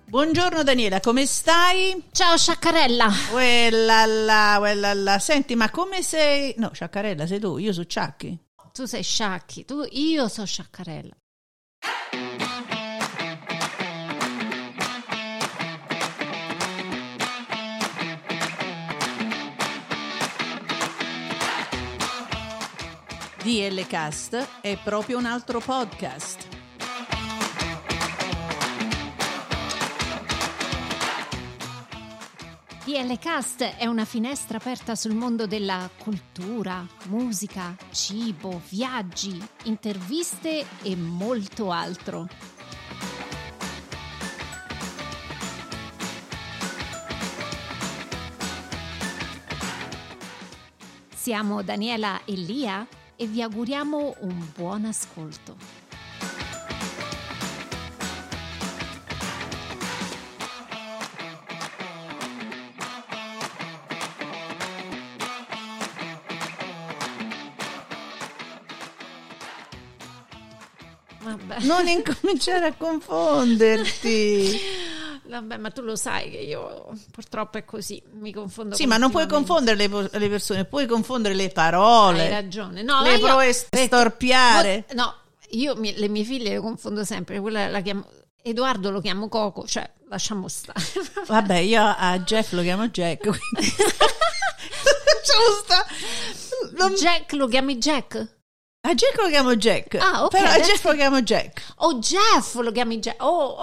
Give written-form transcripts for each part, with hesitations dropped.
Buongiorno Daniela, come stai? Ciao Sciaccarella. Quella. Senti, ma come sei? No, Sciaccarella sei tu, io sono Sciacchi. Tu sei Sciacchi, io sono Sciaccarella. DL Cast è proprio un altro podcast. DL Cast è una finestra aperta sul mondo della cultura, musica, cibo, viaggi, interviste e molto altro. Siamo Daniela e Lia e vi auguriamo un buon ascolto. Vabbè. Non incominciare a confonderti. Vabbè, ma tu lo sai che io purtroppo è così, mi confondo. Sì, ma non puoi confondere le persone, puoi confondere le parole. Hai ragione. No, le puoi storpiare. No, io le mie figlie le confondo sempre. Quella la chiamo Edoardo, lo chiamo Coco, cioè lasciamo stare. Vabbè, io a Jeff lo chiamo Jack. Quindi... lasciamo stare. Jack lo chiami Jack? A Jack lo chiamo Jack. Ah, ok. Però a Jeff lo chiamo Jack. Oh, Jeff lo chiami Jack.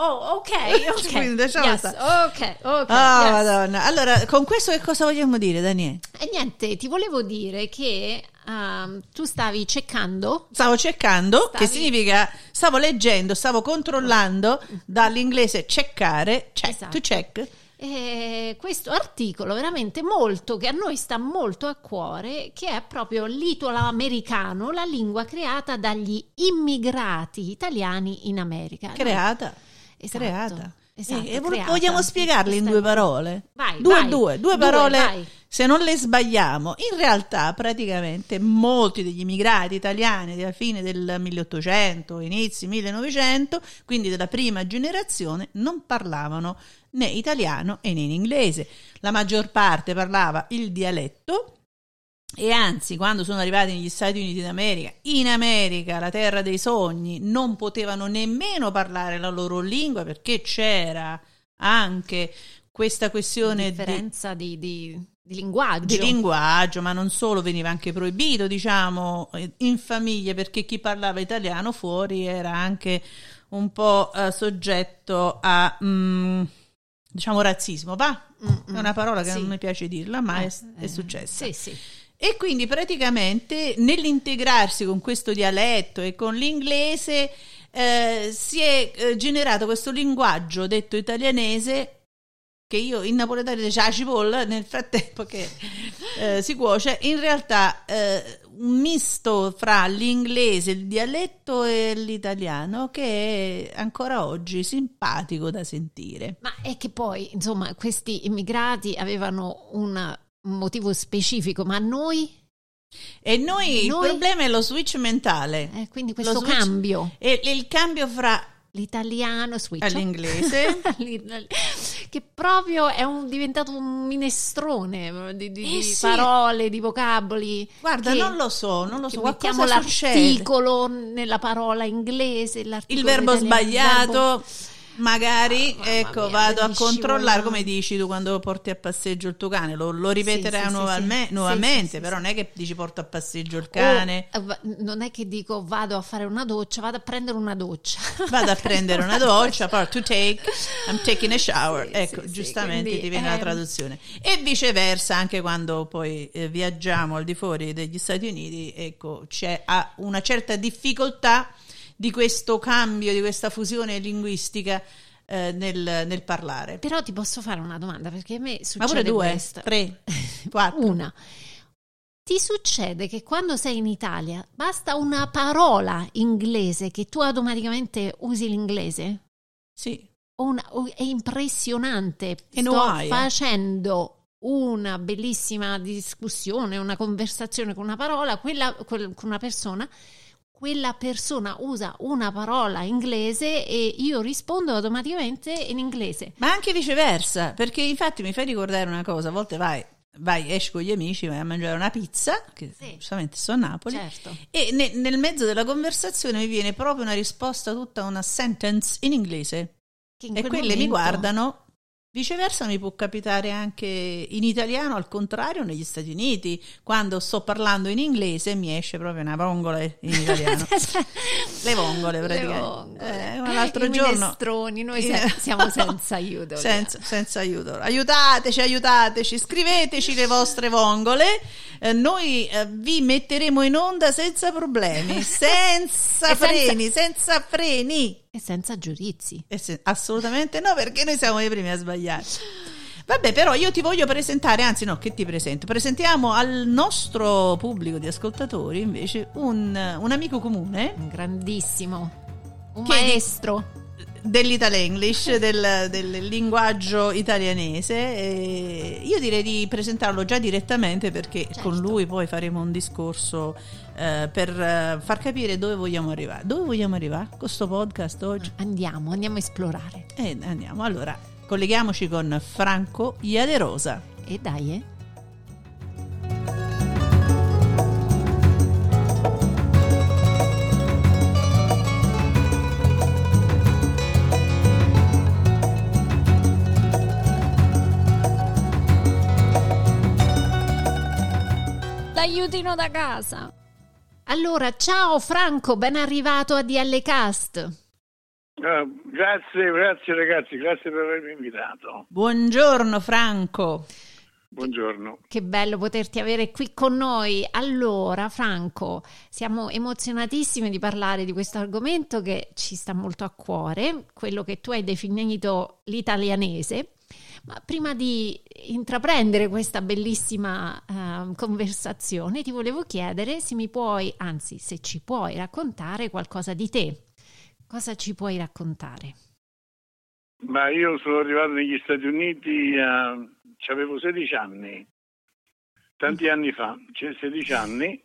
Ok. Quindi lasciamo stare. Ok. Oh, yes. Madonna. Allora, con questo che cosa vogliamo dire, Daniele? E niente, ti volevo dire che tu stavi cercando. Stavo cercando, che significa stavo leggendo, stavo controllando dall'inglese checkare, check, esatto. To check. Questo articolo veramente molto, che a noi sta molto a cuore, che è proprio l'italo-americano, la lingua creata dagli immigrati italiani in America. Creata. Esatto. Vogliamo spiegarli in due parole? Vai, due parole. Vai. Se non le sbagliamo, in realtà praticamente molti degli immigrati italiani della fine del 1800, inizi 1900, quindi della prima generazione, non parlavano né italiano e né in inglese. La maggior parte parlava il dialetto e anzi, quando sono arrivati negli Stati Uniti d'America, in America, la terra dei sogni, non potevano nemmeno parlare la loro lingua perché c'era anche questa questione differenza di linguaggio. Di linguaggio, ma non solo, veniva anche proibito, diciamo, in famiglia, perché chi parlava italiano fuori era anche un po' soggetto a, diciamo, razzismo, va? È una parola che non mi piace dirla, ma è successa. Sì. E quindi praticamente nell'integrarsi con questo dialetto e con l'inglese si è generato questo linguaggio detto italianese, che io in napoletano dice la cipolla, nel frattempo che si cuoce, in realtà un misto fra l'inglese, il dialetto e l'italiano che è ancora oggi simpatico da sentire. Ma è che poi, insomma, questi immigrati avevano un motivo specifico, ma noi? E noi il problema è lo switch mentale. Quindi questo cambio. E il cambio fra l'italiano switch all'inglese che proprio è diventato un minestrone di parole, di vocaboli. Guarda, non lo so mettiamo l'articolo nella parola inglese, il verbo italiano, sbagliato, magari mia, vado a controllare, come dici tu quando porti a passeggio il tuo cane, lo ripeterai nuovamente, però non è che dici porto a passeggio il cane, non è che dico vado a fare una doccia, vado a prendere una doccia poi I'm taking a shower, giustamente quindi, ti viene la traduzione, e viceversa anche quando poi viaggiamo al di fuori degli Stati Uniti, c'è una certa difficoltà di questo cambio, di questa fusione linguistica nel parlare. Però ti posso fare una domanda, perché a me succede ma pure 2, questo. 3, 4. Una. Ti succede che quando sei in Italia basta una parola inglese che tu automaticamente usi l'inglese? Sì. È impressionante. Facendo una bellissima discussione, una conversazione con una parola, con una persona, quella persona usa una parola inglese e io rispondo automaticamente in inglese. Ma anche viceversa, perché infatti mi fai ricordare una cosa, a volte esci con gli amici, vai a mangiare una pizza, che giustamente sto a Napoli, certo. e nel mezzo della conversazione mi viene proprio una risposta, tutta una sentence in inglese, e quelle mi guardano. Viceversa mi può capitare anche in italiano, al contrario negli Stati Uniti, quando sto parlando in inglese mi esce proprio una vongola in italiano. Le vongole praticamente. L'altro giorno minestroni, noi siamo senza aiuto. senza aiuto. Aiutateci, scriveteci le vostre vongole, noi vi metteremo in onda senza problemi, senza freni. E senza giudizi. Assolutamente no, perché noi siamo i primi a sbagliare. Vabbè, però io ti voglio presentare, anzi no, che ti presento? Presentiamo al nostro pubblico di ascoltatori invece un amico comune. Un grandissimo, un maestro dell'Italia English, del linguaggio italianese. Io direi di presentarlo già direttamente, perché con lui poi faremo un discorso per far capire dove vogliamo arrivare. Dove vogliamo arrivare con questo podcast oggi? Andiamo a esplorare. Andiamo, allora, colleghiamoci con Franco Iaderosa. E dai, l'aiutino da casa. Allora, ciao Franco, ben arrivato a DL Cast. Grazie ragazzi, grazie per avermi invitato. Buongiorno Franco. Buongiorno. Che bello poterti avere qui con noi. Allora, Franco, siamo emozionatissimi di parlare di questo argomento che ci sta molto a cuore, quello che tu hai definito l'italianese. Ma prima di intraprendere questa bellissima conversazione, ti volevo chiedere se ci puoi raccontare qualcosa di te. Cosa ci puoi raccontare? Ma io sono arrivato negli Stati Uniti, avevo 16 anni, tanti anni fa, 16 anni,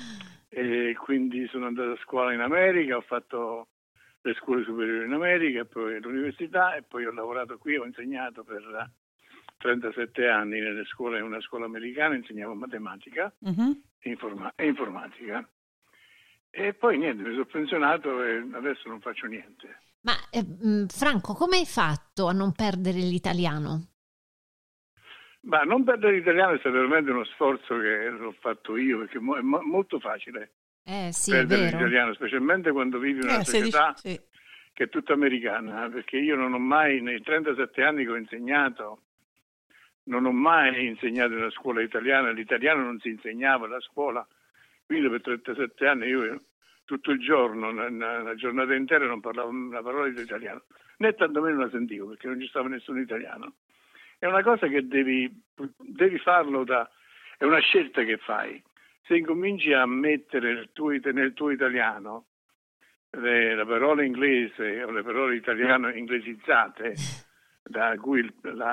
e quindi sono andato a scuola in America, ho fatto le scuole superiori in America e poi l'università, e poi ho lavorato qui, ho insegnato per 37 anni nelle scuole, in una scuola americana, insegnavo matematica e informatica. E poi niente, mi sono pensionato e adesso non faccio niente. Ma Franco, come hai fatto a non perdere l'italiano? Ma non perdere l'italiano è stato veramente uno sforzo che l'ho fatto io, perché è molto facile perdere l'italiano, specialmente quando vivi in una società che è tutta americana, perché io non ho mai, nei 37 anni che ho insegnato, non ho mai insegnato in una scuola italiana, l'italiano non si insegnava alla scuola, quindi per 37 anni io tutto il giorno, una giornata intera non parlavo una parola di italiano, né tantomeno la sentivo, perché non ci stava nessun italiano. È una cosa che devi farlo, è una scelta che fai. Se incominci a mettere nel tuo italiano la parola inglese o le parole italiano inglesizzate, da cui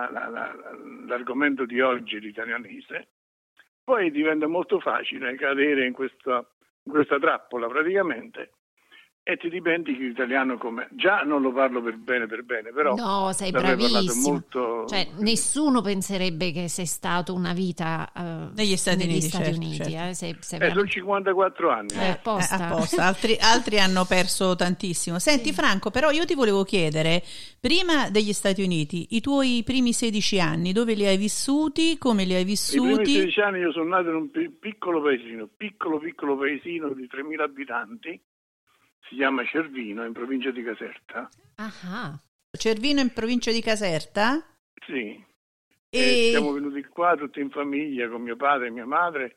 l'argomento di oggi è l'italianese, poi diventa molto facile cadere in questa trappola praticamente, e ti dimentichi l'italiano come già non lo parlo per bene, però no, sei bravissimo, molto... cioè nessuno penserebbe che sei stato una vita negli Stati Uniti, certo. Sei sono 54 anni apposta. altri hanno perso tantissimo. Senti Franco, però io ti volevo chiedere, prima degli Stati Uniti, i tuoi primi 16 anni dove li hai vissuti, come li hai vissuti? I primi 16 anni io sono nato in un piccolo paesino di 3.000 abitanti. Si chiama Cervino, in provincia di Caserta. Cervino in provincia di Caserta? Sì. E siamo venuti qua tutti in famiglia con mio padre e mia madre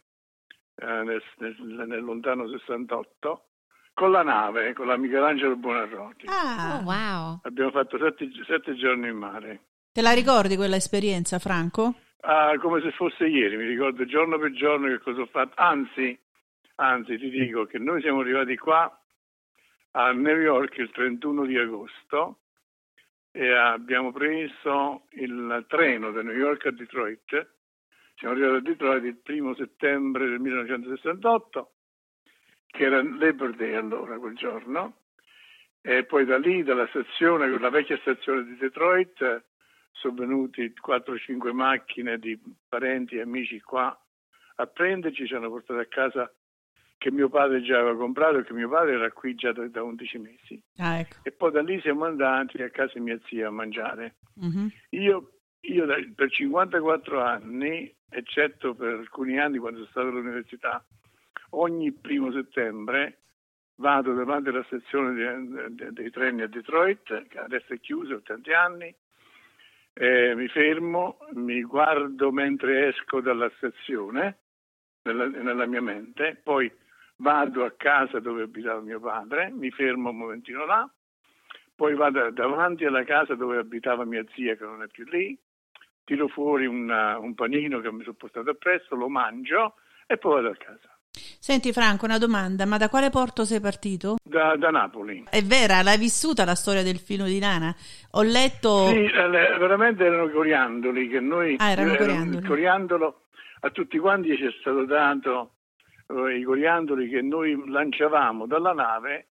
nel lontano 68 con la nave, con la Michelangelo Buonarroti. Wow. Abbiamo fatto 7 giorni in mare. Te la ricordi quella esperienza, Franco? Come se fosse ieri, mi ricordo giorno per giorno che cosa ho fatto. Anzi, ti dico che noi siamo arrivati qua a New York il 31 di agosto e abbiamo preso il treno da New York a Detroit. Siamo arrivati a Detroit il 1 settembre del 1968. che era Labor Day allora, quel giorno, e poi da lì, dalla stazione, la vecchia stazione di Detroit, sono venuti 4-5 macchine di parenti e amici qua a prenderci, ci hanno portato a casa che mio padre già aveva comprato, e che mio padre era qui già da 11 mesi. Ecco. E poi da lì siamo andati a casa di mia zia a mangiare. Mm-hmm. Io per 54 anni, eccetto per alcuni anni quando sono stato all'università, ogni 1 settembre vado davanti alla stazione dei treni a Detroit, che adesso è chiusa per tanti anni, mi fermo, mi guardo mentre esco dalla stazione nella mia mente, poi vado a casa dove abitava mio padre, mi fermo un momentino là, poi vado davanti alla casa dove abitava mia zia che non è più lì, tiro fuori un panino che mi sono portato appresso, lo mangio e poi vado a casa. Senti Franco, una domanda, ma da quale porto sei partito? Da Napoli. È vera, l'hai vissuta la storia del filo di lana? Ho letto... Sì, veramente erano coriandoli che noi... erano coriandoli. Il coriandolo a tutti quanti ci è stato dato, i coriandoli che noi lanciavamo dalla nave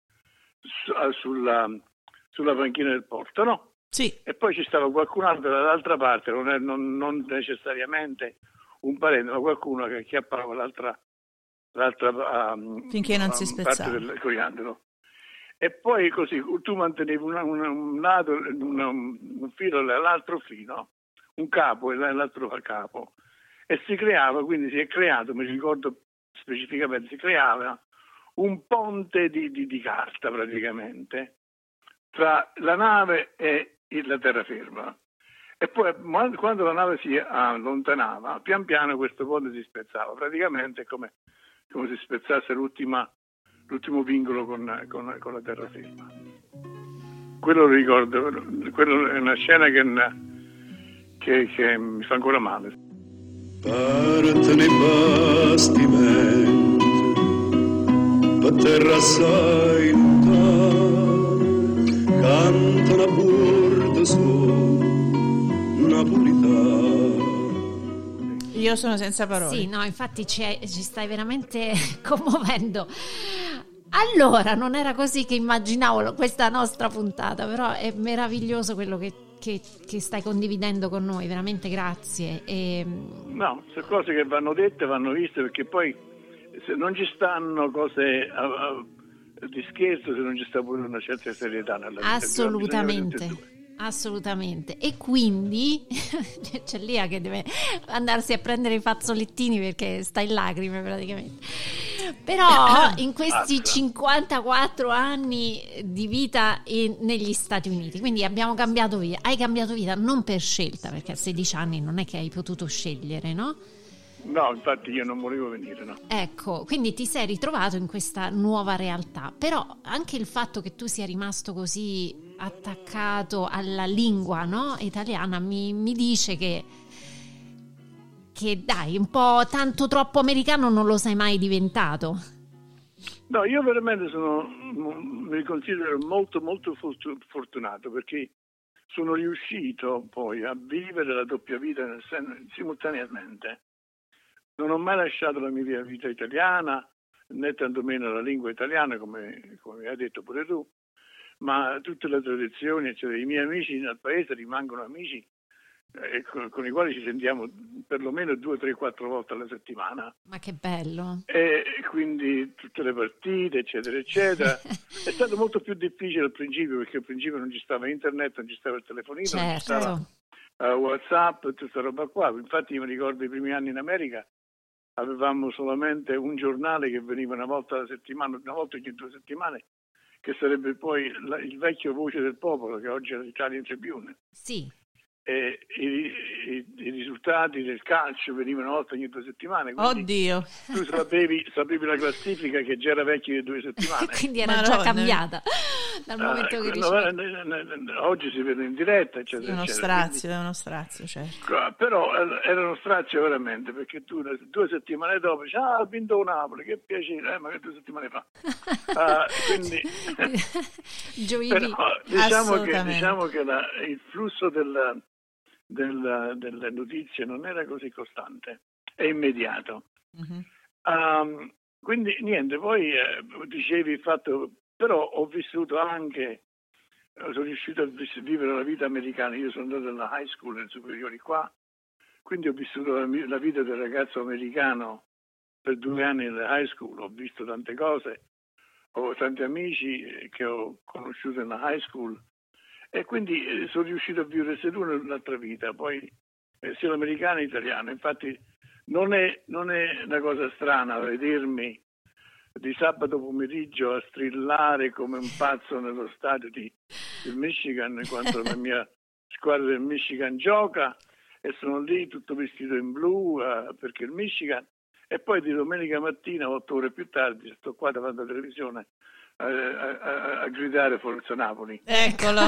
sulla panchina del porto, no? Sì. E poi ci stava qualcun altro dall'altra parte, non necessariamente un parente, ma qualcuno che acchiappava l'altra finché non si spezzava parte del coriandolo. E poi così tu mantenevi un lato un filo e l'altro filo, un capo e l'altro capo, e si creava, quindi si è creato, mi ricordo specificamente, si creava un ponte di carta praticamente tra la nave e la terraferma. E poi quando la nave si allontanava, pian piano questo ponte si spezzava, praticamente come si spezzasse l'ultimo vincolo con la terraferma. Quello lo ricordo, quello è una scena che mi fa ancora male. Partono i bastimenti, per terra assai lontano, cantano a bordo su napolitano. Io sono senza parole. Sì, no, infatti ci stai veramente commuovendo. Allora, non era così che immaginavo questa nostra puntata, però è meraviglioso quello che stai condividendo con noi, veramente grazie. No, sono cose che vanno dette, vanno viste, perché poi se non ci stanno cose di scherzo, se non ci sta pure una certa serietà nella vita. Assolutamente. E quindi c'è Lia che deve andarsi a prendere i fazzolettini perché sta in lacrime praticamente. Però in questi 54 anni di vita negli Stati Uniti, quindi abbiamo cambiato vita. Hai cambiato vita non per scelta, perché a 16 anni non è che hai potuto scegliere, no? No, infatti io non volevo venire, no. Ecco, quindi ti sei ritrovato in questa nuova realtà, però anche il fatto che tu sia rimasto così attaccato alla lingua, no, italiana mi dice che dai, un po' tanto troppo americano non lo sei mai diventato. No, io veramente mi considero molto molto fortunato, perché sono riuscito poi a vivere la doppia vita simultaneamente. Non ho mai lasciato la mia vita italiana, né tantomeno la lingua italiana, come hai detto pure tu, ma tutte le tradizioni, eccetera. I miei amici nel paese rimangono amici con i quali ci sentiamo perlomeno 2, 3, 4 volte alla settimana. Ma che bello! E quindi tutte le partite, eccetera, eccetera. È stato molto più difficile al principio, perché al principio non ci stava internet, non ci stava il telefonino, certo. Non ci stava WhatsApp, tutta questa roba qua. Infatti io mi ricordo i primi anni in America avevamo solamente un giornale che veniva una volta alla settimana, una volta ogni 2 settimane, che sarebbe poi il vecchio Voce del Popolo, che oggi è l'Italian Tribune. Sì. E i risultati del calcio venivano una volta ogni 2 settimane. Oddio! Tu sapevi la classifica che già era vecchia di 2 settimane. Quindi era già cambiata dal momento che oggi si vede in diretta, eccetera. È uno strazio, certo. Però era uno strazio veramente, perché tu 2 settimane dopo dici, ha vinto un Napoli, che piacere, ma che 2 settimane fa. Quindi però, diciamo che il flusso delle notizie non era così costante, è immediato. Quindi niente, poi dicevi il fatto, però ho vissuto anche, sono riuscito a vivere la vita americana. Io sono andato alla high school, nelle superiori qua, quindi ho vissuto la vita del ragazzo americano per 2 anni nella high school, ho visto tante cose, ho tanti amici che ho conosciuto nella high school e quindi sono riuscito a vivere sia un'altra vita, poi sia l'americano che l'italiano. Infatti non è una cosa strana vedermi di sabato pomeriggio a strillare come un pazzo nello stadio del Michigan quando la mia squadra del Michigan gioca e sono lì tutto vestito in blu perché il Michigan, e poi di domenica mattina 8 ore più tardi sto qua davanti alla televisione a gridare Forza Napoli. Eccolo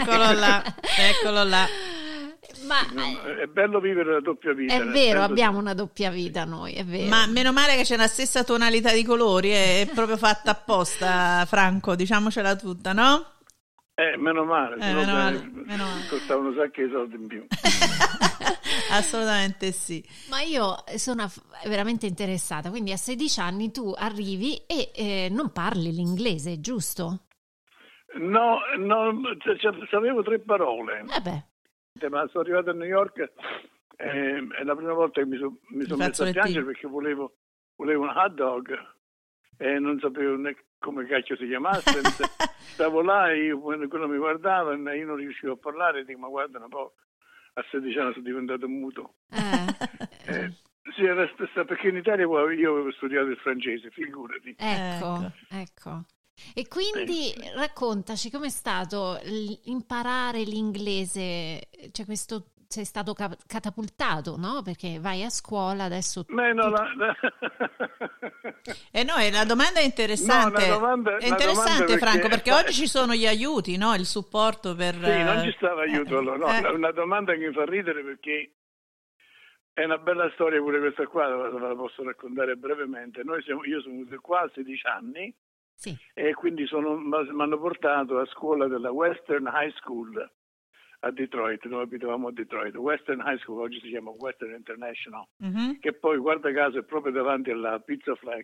là. Ma è bello vivere la doppia vita. È vero, abbiamo una doppia vita noi, è vero. Ma meno male che c'è la stessa tonalità di colori, è proprio fatta apposta, Franco, diciamocela tutta, no? Meno male. Meno male. Costava un sacco di soldi in più. Assolutamente sì. Ma io sono veramente interessata, quindi a 16 anni tu arrivi e non parli l'inglese, giusto? No, sapevo 3 parole. Ma sono arrivato a New York e la prima volta che mi sono messo a piangere perché volevo un hot dog e non sapevo come cacchio si chiamasse. Stavo là e quello mi guardava e io non riuscivo a parlare, dico, ma guarda un po', a 16 anni sono diventato muto. Sì, era stessa, perché in Italia io avevo studiato il francese, figurati. Ecco. E quindi raccontaci com'è stato imparare l'inglese, cioè questo sei stato catapultato, no? Perché vai a scuola adesso. La domanda è interessante. È interessante, Franco, perché oggi ci sono gli aiuti, no? Il supporto per. Sì, non ci stava aiuto allora. Una domanda che mi fa ridere perché è una bella storia pure questa qua, la posso raccontare brevemente. Io sono venuto qua a 16 anni. Sì. E quindi mi hanno portato a scuola della Western High School a Detroit, noi abitavamo a Detroit. Western High School oggi si chiama Western International, che poi guarda caso è proprio davanti alla Pizza Flex.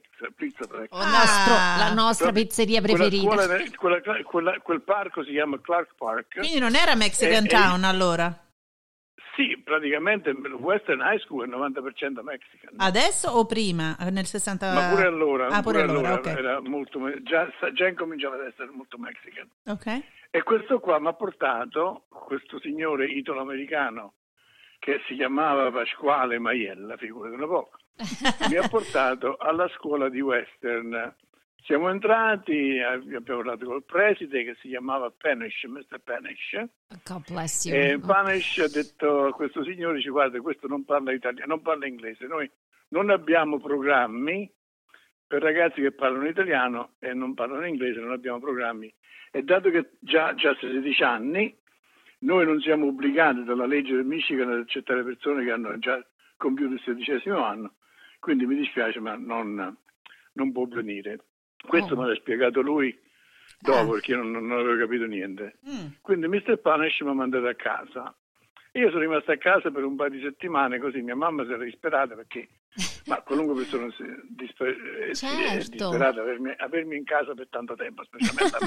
La nostra pizzeria preferita. Quel parco si chiama Clark Park. Quindi non era Mexican Town allora? Sì, praticamente Western High School è 90% Mexican. Adesso o prima? Nel 60? Ma pure allora. Pure allora okay. Era molto, già incominciava ad essere molto Mexican. Ok. E questo qua mi ha portato, questo signore italo-americano che si chiamava Pasquale Maiella, figurati un po', mi ha portato alla scuola di Western. Siamo entrati, abbiamo parlato col preside che si chiamava Panish, Mr. Panish. God bless you. E Panish ha detto a questo signore, guarda, questo non parla italiano, non parla inglese. Noi non abbiamo programmi per ragazzi che parlano italiano e non parlano inglese, non abbiamo programmi. E dato che già a 16 anni, noi non siamo obbligati dalla legge del Michigan ad accettare persone che hanno già compiuto il 16° anno, quindi mi dispiace, ma non può venire. Questo me l'ha spiegato lui dopo, perché io non avevo capito niente. Quindi Mr. Panish mi ha mandato a casa. Io sono rimasto a casa per un paio di settimane, così mia mamma si era disperata perché, ma qualunque persona si è disperata avermi in casa per tanto tempo, specialmente a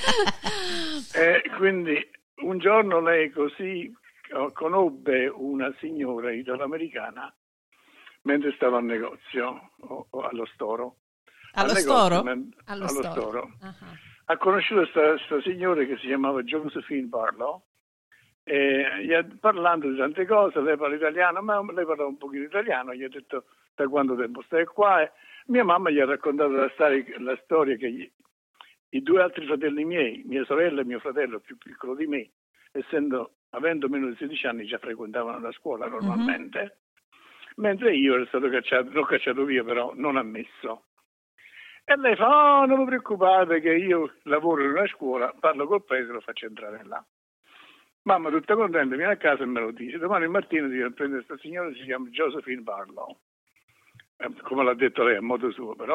me. E quindi un giorno lei così conobbe una signora italo-americana mentre stava al negozio o allo storo. Allo storo? Allo storo. Uh-huh. Ha conosciuto questa signora che si chiamava Josephine Barlow e parlando di tante cose, lei parla italiano, ma lei parlava un pochino italiano, gli ha detto da quanto tempo stai qua e mia mamma gli ha raccontato la storia che i 2 altri fratelli miei, mia sorella e mio fratello più piccolo di me, avendo meno di 16 anni già frequentavano la scuola normalmente, mentre io ero stato l'ho cacciato via però non ammesso. E lei fa, non vi preoccupate che io lavoro in una scuola, parlo col preside e lo faccio entrare là. Mamma tutta contenta viene a casa e me lo dice, domani mattina devi prendere questa signora, si chiama Josephine Barlow. Come l'ha detto lei a modo suo, però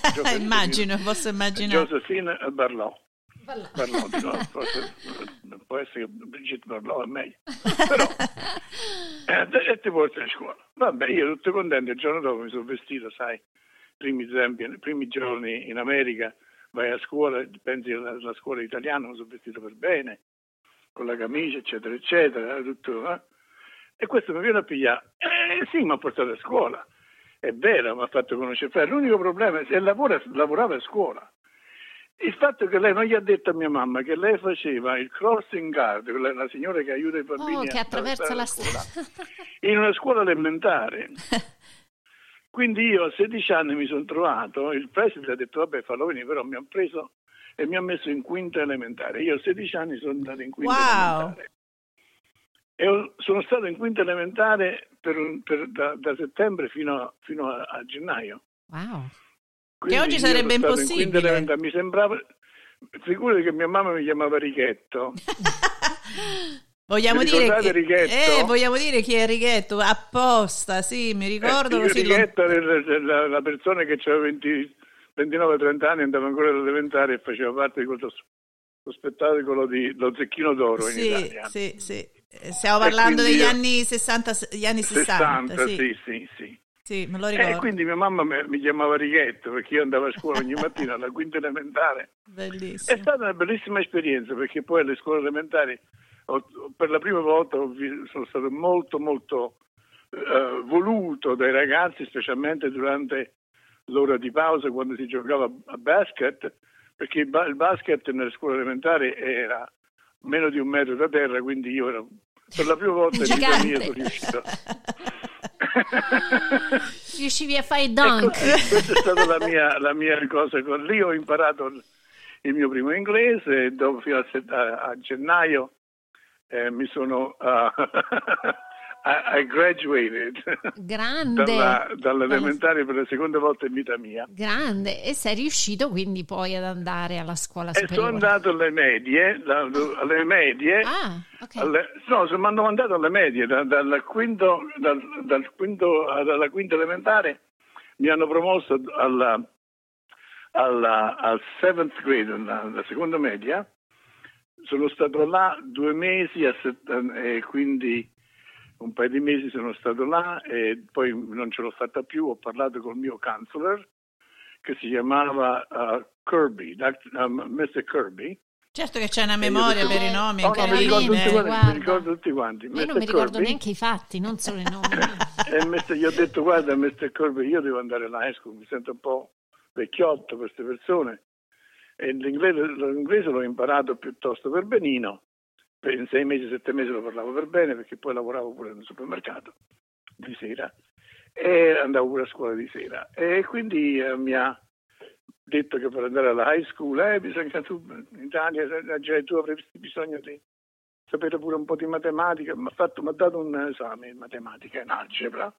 posso immaginare. Josephine Barlow. Barlow di nuovo, forse può essere che Brigitte Barlow è meglio. Però e ti porta a scuola. Vabbè, io tutto contento, il giorno dopo mi sono vestito, sai, primi giorni in America vai a scuola, pensi alla scuola italiana, non sono vestito per bene, con la camicia, eccetera, eccetera, tutto, e questo mi viene a pigliare. Sì, mi ha portato a scuola, è vero, mi ha fatto conoscere. L'unico problema è se lavorava a scuola. Il fatto che lei non gli ha detto a mia mamma che lei faceva il crossing guard, la signora che aiuta i bambini che attraversa la strada, in una scuola elementare. Quindi io a 16 anni mi sono trovato, il preside ha detto vabbè fallo venire, però mi ha preso e mi ha messo in quinta elementare. Io a 16 anni sono andato in quinta elementare. E sono stato in quinta elementare da settembre fino a gennaio. Wow. Quindi che oggi sarebbe impossibile. Mi sembrava, figurati che mia mamma mi chiamava Righetto. Vogliamo dire chi è Righetto? Apposta, sì, mi ricordo. Così Righetto era la persona che aveva 29-30 anni, andava ancora alle elementari e faceva parte di questo spettacolo di Lo Zecchino d'Oro in Italia. Sì. Stiamo parlando degli anni 60, gli anni 60. Sì, me lo ricordo. E quindi mia mamma mi chiamava Righetto perché io andavo a scuola ogni mattina alla quinta elementare. Bellissimo. È stata una bellissima esperienza perché poi alle scuole elementari per la prima volta sono stato molto molto voluto dai ragazzi, specialmente durante l'ora di pausa quando si giocava a basket, perché il basket nelle scuole elementari era meno di 1 metro da terra, quindi io ero per la prima volta in vita mia sono riuscito. Riuscivi a fare i dunk. Questa è stata la mia cosa. Lì ho imparato il mio primo inglese e dopo fino a gennaio mi sono I graduated. Grande. Dall'elementare per la seconda volta in vita mia. Grande. E sei riuscito quindi poi ad andare alla scuola superiore? E sono andato alle medie. Okay. Mi hanno mandato alle medie. Dalla quinta elementare mi hanno promosso al 7th grade, la seconda media. Sono stato là 2 mesi e quindi un paio di mesi sono stato là e poi non ce l'ho fatta più. Ho parlato col mio counselor che si chiamava Kirby, Mr. Kirby. Certo che c'è una memoria per i nomi mi ricordo tutti quanti. Io non mi ricordo neanche i fatti, non solo i nomi. E gli ho detto guarda Mr. Kirby, io devo andare alla high school, mi sento un po' vecchiotto per queste persone e l'inglese l'ho imparato piuttosto per benino. In 6 mesi, 7 mesi lo parlavo per bene perché poi lavoravo pure nel supermercato di sera e andavo pure a scuola di sera e quindi mi ha detto che per andare alla high school bisogna tu in Italia tu avresti bisogno di sapere pure un po' di matematica. Mi ha dato un esame in matematica in algebra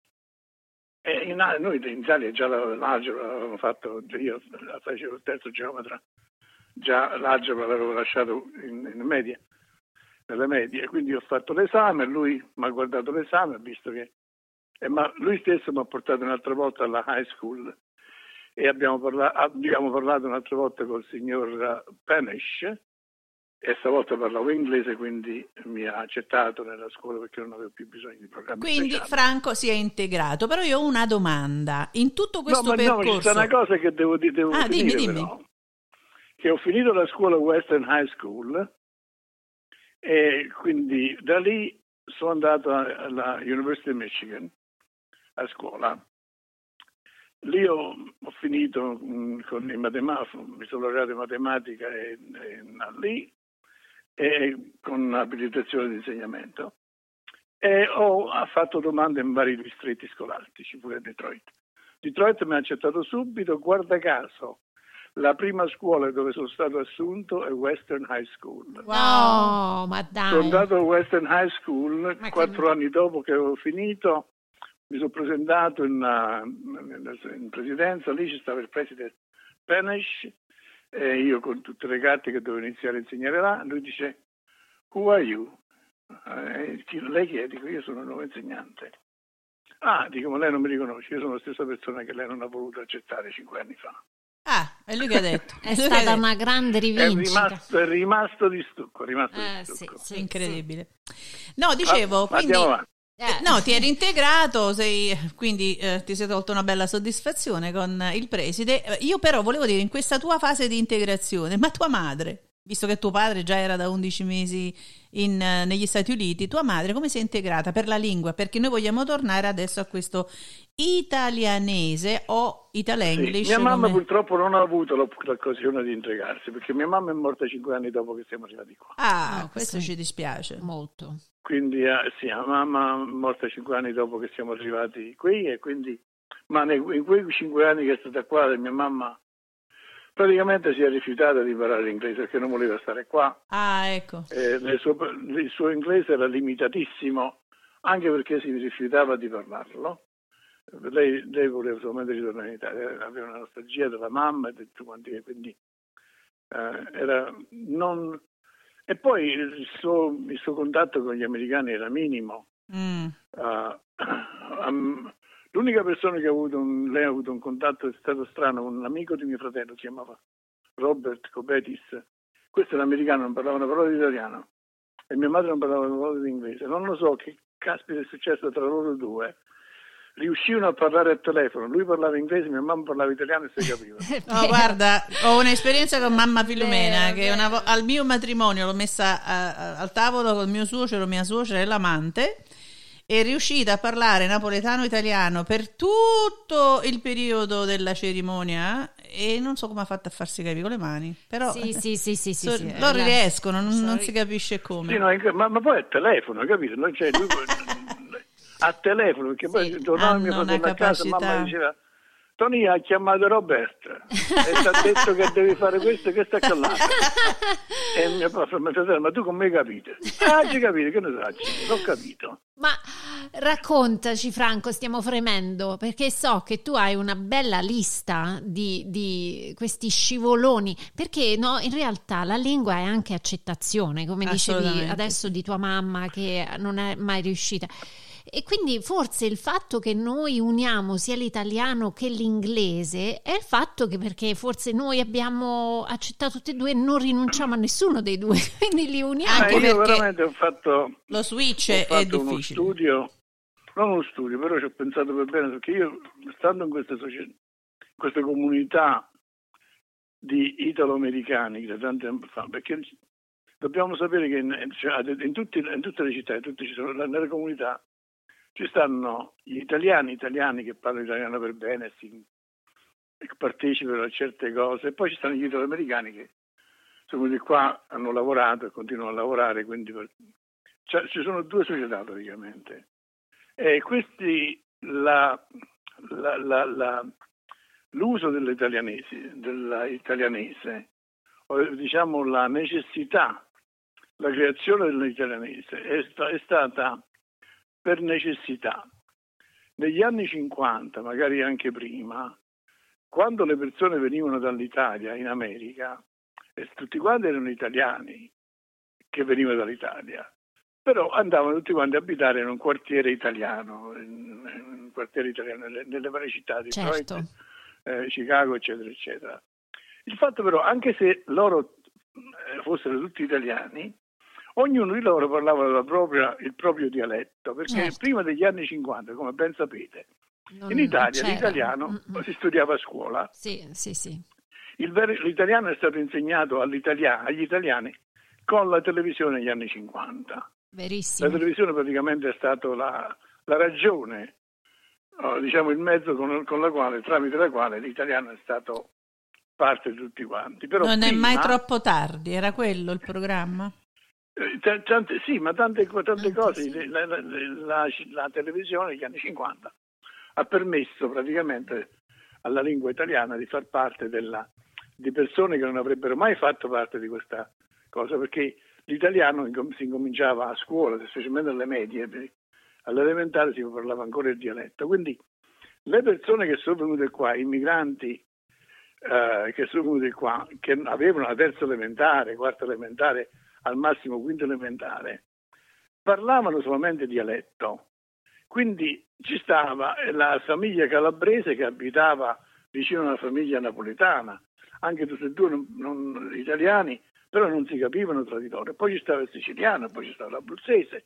e noi in Italia già l'algebra l'avevamo fatto, io facevo il terzo geometra, già l'algebra l'avevo lasciato in media, nelle medie, quindi ho fatto l'esame, lui mi ha guardato l'esame, ha visto che ma lui stesso mi ha portato un'altra volta alla high school e abbiamo parlato un'altra volta col signor Penish e stavolta parlavo inglese, quindi mi ha accettato nella scuola perché non avevo più bisogno di programmi quindi speciali. Franco si è integrato, però io ho una domanda. In tutto questo percorso... No, c'è una cosa che devo finire. Dimmi. Però, che ho finito la scuola Western High School e quindi da lì sono andato alla University of Michigan a scuola. Lì ho finito con i matematica, mi sono laureato in matematica lì e con abilitazione di insegnamento e ho fatto domande in vari distretti scolastici, pure a Detroit. Detroit mi ha accettato subito, guarda caso. La prima scuola dove sono stato assunto è Western High School. Wow, ma dai! Sono andato a Western High School 4 anni dopo che avevo finito. Mi sono presentato in presidenza, lì ci stava il presidente Penish e io con tutte le carte che dovevo iniziare a insegnare là. Lui dice, who are you? Lei chi è? Dico, io sono il nuovo insegnante. Dico, ma lei non mi riconosce, io sono la stessa persona che lei non ha voluto accettare 5 anni fa. È lui che ha detto. È stata una grande rivincita. È rimasto di stucco. Sì, incredibile. No, dicevo, quindi No, ti eri integrato, quindi ti sei tolto una bella soddisfazione con il preside. Io però volevo dire, in questa tua fase di integrazione, ma tua madre, visto che tuo padre già era da 11 mesi negli Stati Uniti, tua madre come si è integrata per la lingua? Perché noi vogliamo tornare adesso a questo italianese o Italenglish. Mia mamma purtroppo non ha avuto l'occasione di integrarsi, perché mia mamma è morta 5 anni dopo che siamo arrivati qua. Questo ci dispiace molto. Quindi la mamma è morta 5 anni dopo che siamo arrivati qui, e quindi, ma in quei 5 anni che è stata qua, mia mamma praticamente si è rifiutata di imparare l'inglese perché non voleva stare qua. Ecco. Il suo inglese era limitatissimo, anche perché si rifiutava di parlarlo. Lei voleva solamente ritornare in Italia, aveva una nostalgia della mamma e di tutti quanti, quindi era non. E poi il suo contatto con gli americani era minimo. L'unica persona che lei ha avuto un contatto è stato strano, un amico di mio fratello, si chiamava Robert Cobetis. Questo era americano, non parlava una parola di italiano, e mia madre non parlava una parola di inglese. Non lo so che caspita è successo tra loro due. Riuscivano a parlare al telefono, lui parlava inglese, mia mamma parlava italiano e si capiva. Guarda, ho un'esperienza con mamma Filomena, che al mio matrimonio l'ho messa al tavolo con mio suocero, mia suocera e l'amante, è riuscita a parlare napoletano-italiano per tutto il periodo della cerimonia, e non so come ha fatto a farsi capire con le mani, però sì, loro riescono, non si capisce come. Sì, no, ma poi è telefono, capito? Lui a telefono, perché poi tornava mio fratello a casa, mamma diceva: Tony ha chiamato Roberta e ti ha detto che devi fare questo e questo e quell'altro. E mio fratello: ma tu come hai capito? Ci capito, che ne so, l'ho capito. Ma raccontaci, Franco, stiamo fremendo, perché so che tu hai una bella lista di questi scivoloni, perché no, in realtà la lingua è anche accettazione, come dicevi adesso di tua mamma che non è mai riuscita. E quindi forse il fatto che noi uniamo sia l'italiano che l'inglese è il fatto che, perché forse noi abbiamo accettato tutti e due e non rinunciamo a nessuno dei due, quindi li uniamo. Anche io perché veramente ho fatto lo switch è difficile. Non uno studio, però ci ho pensato per bene, perché io, stando in queste società, in queste comunità di italo-americani da tanti anni fa, perché dobbiamo sapere che in tutte le città, nelle comunità, ci stanno gli italiani che parlano italiano per bene, che partecipano a certe cose, e poi ci stanno gli italo-americani che sono venuti qua, hanno lavorato e continuano a lavorare, quindi ci sono due società praticamente. E questi, l'uso dell'italianese, o diciamo la necessità, la creazione dell'italianese è stata per necessità. Negli anni 50, magari anche prima, quando le persone venivano dall'Italia in America, e tutti quanti erano italiani che venivano dall'Italia, però andavano tutti quanti a abitare in un quartiere italiano, nelle varie città di Detroit, Chicago, eccetera, eccetera. Il fatto però, anche se loro fossero tutti italiani, ognuno di loro parlava il proprio dialetto, perché prima degli anni 50, come ben sapete, in Italia l'italiano si studiava a scuola. Sì. L'italiano è stato insegnato agli italiani con la televisione negli anni 50. Verissimo. La televisione praticamente è stato la ragione, diciamo il mezzo tramite la quale l'italiano è stato parte di tutti quanti. Però non è mai troppo tardi, era quello il programma? Sì, ma tante cose. Sì. La televisione negli anni 50 ha permesso praticamente alla lingua italiana di far parte di persone che non avrebbero mai fatto parte di questa cosa, perché l'italiano si incominciava a scuola, specialmente alle medie, all'elementare si parlava ancora il dialetto. Quindi le persone che sono venute qua, immigranti che sono venuti qua, che avevano la terza elementare, quarta elementare, al massimo quinto elementare, parlavano solamente dialetto. Quindi ci stava la famiglia calabrese che abitava vicino a una famiglia napoletana, anche tutti e due non italiani, però non si capivano tra di loro. Poi ci stava il siciliano, poi ci stava l'abruzzese,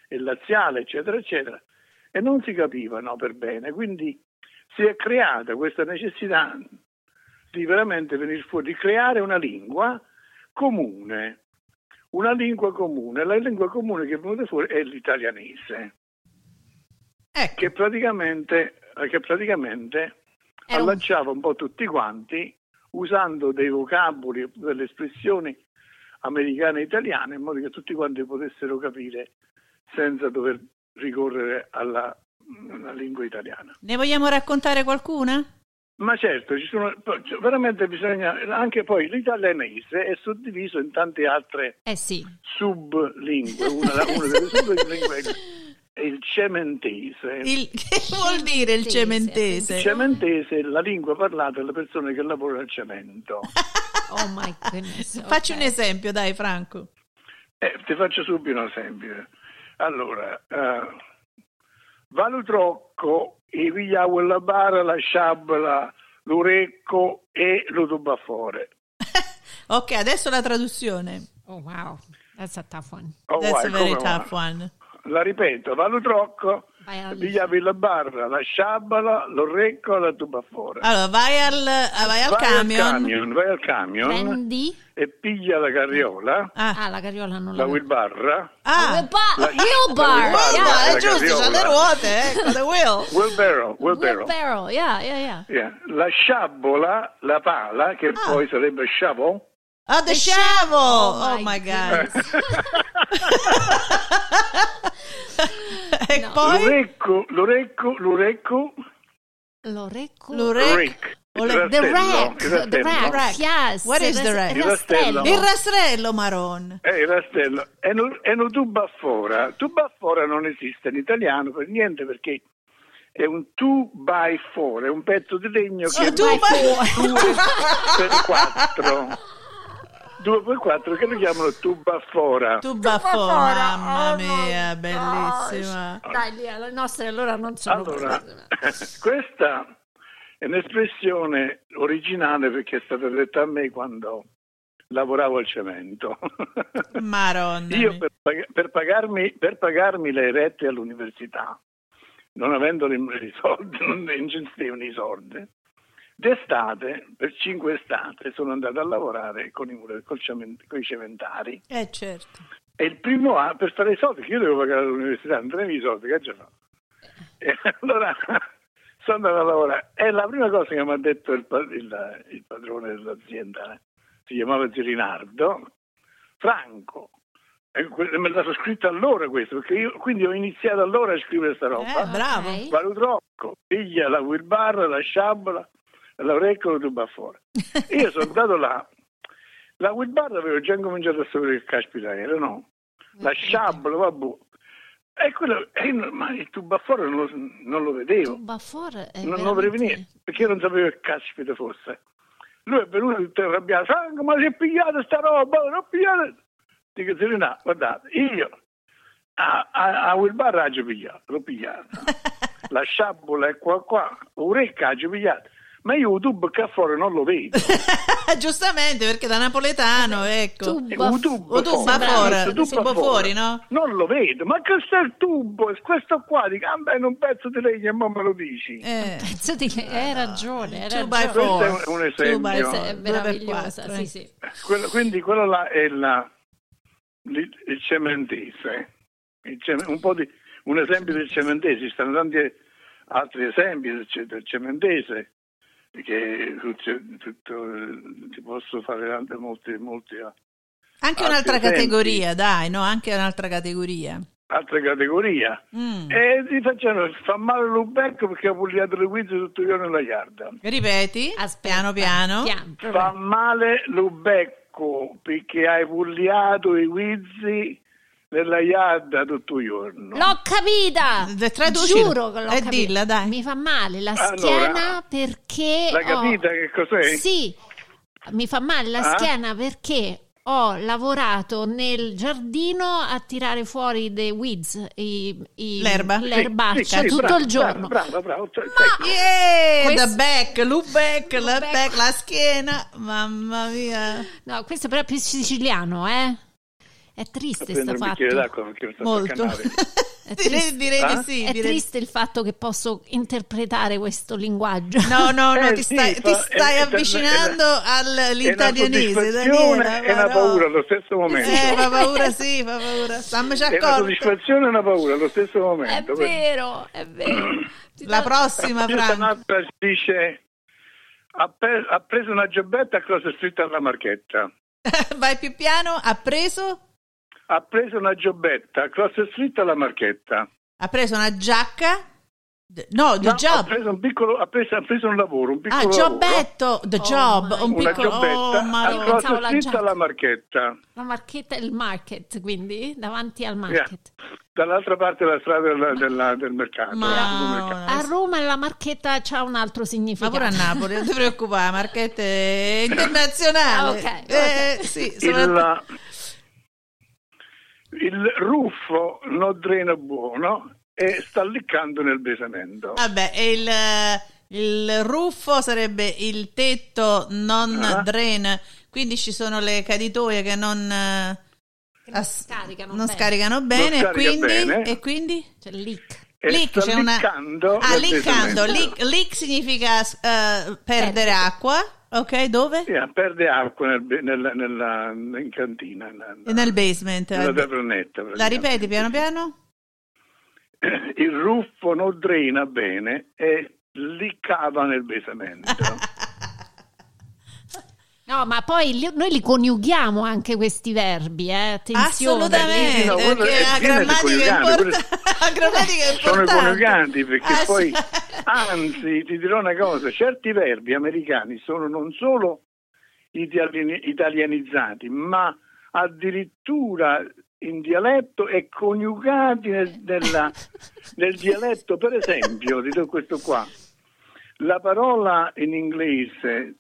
e laziale, eccetera, eccetera, e non si capivano per bene. Quindi si è creata questa necessità di veramente venire fuori, di creare una lingua comune. Una lingua comune. La lingua comune che è venuta fuori è l'italianese, che praticamente allacciava un po' tutti quanti, usando dei vocaboli, delle espressioni americane e italiane, in modo che tutti quanti potessero capire senza dover ricorrere alla lingua italiana. Ne vogliamo raccontare qualcuna? Ma certo, ci sono, veramente bisogna, anche poi l'italianese è suddiviso in tante altre sublingue. Una delle sublingue è il cementese. Che vuol dire il cementese? Il cementese è la lingua parlata dalle persone che lavorano al cemento. Oh my goodness. Okay. Facci un esempio, dai, Franco. Ti faccio subito un esempio. Allora, valutrocco, i via quella bara, la sciabola, l'orecco e lo tubaffore. Ok, adesso la traduzione. Oh wow, that's a tough one. That's a very tough one. La ripeto, valutrocco, via la barra, la sciabola, l'orecco e la tubaffore. Allora, vai al camion. Vai al camion. Prendi. E piglia la carriola. La carriola non la wheelbarra. È giusto, c'ha le ruote, the wheel. Wheelbarrow, yeah. La sciabola, la pala, che poi sarebbe shovel. The shovel! Oh my God. E poi? L'orecco. The rack, yes. What is the rack? Il rastrello. Il rastrello, Maron. Il rastrello. E un tubaffora. Tubaffora non esiste in italiano per niente, perché è un 2x4, è un pezzo di legno che è 2x4. 2x4 che lo chiamano tubaffora. Tubaffora, mamma mia, bellissima. Dai, le nostre allora non sono. Allora, questa è un'espressione originale perché è stata detta a me quando lavoravo al cemento. Maronna. Io per pagarmi le rette all'università, non avendo i soldi, non gestivano i soldi, d'estate, per 5 estate, sono andato a lavorare con i cementari. Certo. E il primo anno, per fare i soldi, che io devo pagare all'università, non tenevo i soldi, che già fa? E allora sono andato a lavorare. E la prima cosa che mi ha detto il padrone dell'azienda, si chiamava Zirinardo, Franco, me l'ha scritto allora questo, perché io quindi ho iniziato allora a scrivere sta roba. Bravo. Valutrocco, piglia la wheelbarra, la sciabola, l'orecchio e lo tubaffora. Io sono andato là, la wheelbarra avevo già cominciato a sapere che caspita era, no? La sciabola, vabbè. E quello, ma il tubaffora non lo vedevo. Non lo vedevo niente, perché io non sapevo che caspita fosse. Lui è venuto tutto arrabbiato, ma si è pigliata sta roba, l'ho pigliata. Dico, Serena, guardate, io a wheelbarra l'ho pigliata. La sciabola è qua, l'orecchio l'ho pigliata. Ma io il tubaffora non lo vedo. Giustamente, perché da napoletano, ecco. Tubaffora, fuori, no? Non lo vedo, ma questo è il tubo, questo qua, dico, è un pezzo di legno e mo me lo dici. Pezzo di legno, hai ragione. Questo è un esempio. È meravigliosa, sì. Quindi quello là è il cementese. Un esempio del cementese, ci stanno tanti altri esempi del cementese, che ti posso fare molti anche un'altra categoria, dai, no? Anche un'altra categoria. Altra categoria. E ti facciano, fa male lo becco perché ho puliato le guizze tutto il giorno nella yarda. Ripeti, piano. Fa male lo becco perché hai puliato i guizzi nella yarda tutto il giorno. L'ho capita! Giuro che l'ho capita. Dilla, dai. Mi fa male la schiena perché l'hai capita che cos'è? Sì, mi fa male la schiena perché ho lavorato nel giardino a tirare fuori dei weeds, l'erbaccia tutto il giorno. Bravo. The back, la schiena, mamma mia. No, questo però è più siciliano, È triste sto fatto. Molto. Direi di sì. È triste il fatto che posso interpretare questo linguaggio. No, ti stai avvicinando all'italianese, Daniela. È una paura allo stesso momento. Fa paura. Stammi accorto. È una soddisfazione e una paura allo stesso momento. È vero. La prossima, Franco. Dice: ha preso una giabbetta a Cross Street alla Marchetta. Vai più piano. Ha preso una giabbetta a Cross Street alla Marchetta. Ha preso una giacca? No, the job. Ha preso un lavoro, un piccolo jobbetto, the job, una giabbetta a Cross Street alla Marchetta. La Marchetta è il market, quindi davanti al market. Dall'altra parte della strada del mercato. A Roma la Marchetta c'ha un altro significato. Ma pure a Napoli, non ti preoccupare, Marchetta è internazionale. Okay. Sì, il ruffo non drena buono e sta leccando nel basamento. Vabbè, il ruffo sarebbe il tetto non drena, quindi ci sono le caditoie che non scaricano bene, e quindi c'è il leak. Leak, c'è leccando. Leak significa perdere acqua. Ok, dove? Perde acqua in cantina. Nel basement. Nella tavernetta. La ripeti piano piano? Il ruffo non drena bene e liccava nel basamento. No, ma poi noi li coniughiamo anche questi verbi, attenzione. Assolutamente, perché la grammatica è importante. Sono coniuganti, perché poi, anzi, ti dirò una cosa, certi verbi americani sono non solo italianizzati, ma addirittura in dialetto e coniugati nel dialetto. Per esempio, ti do questo qua, la parola in inglese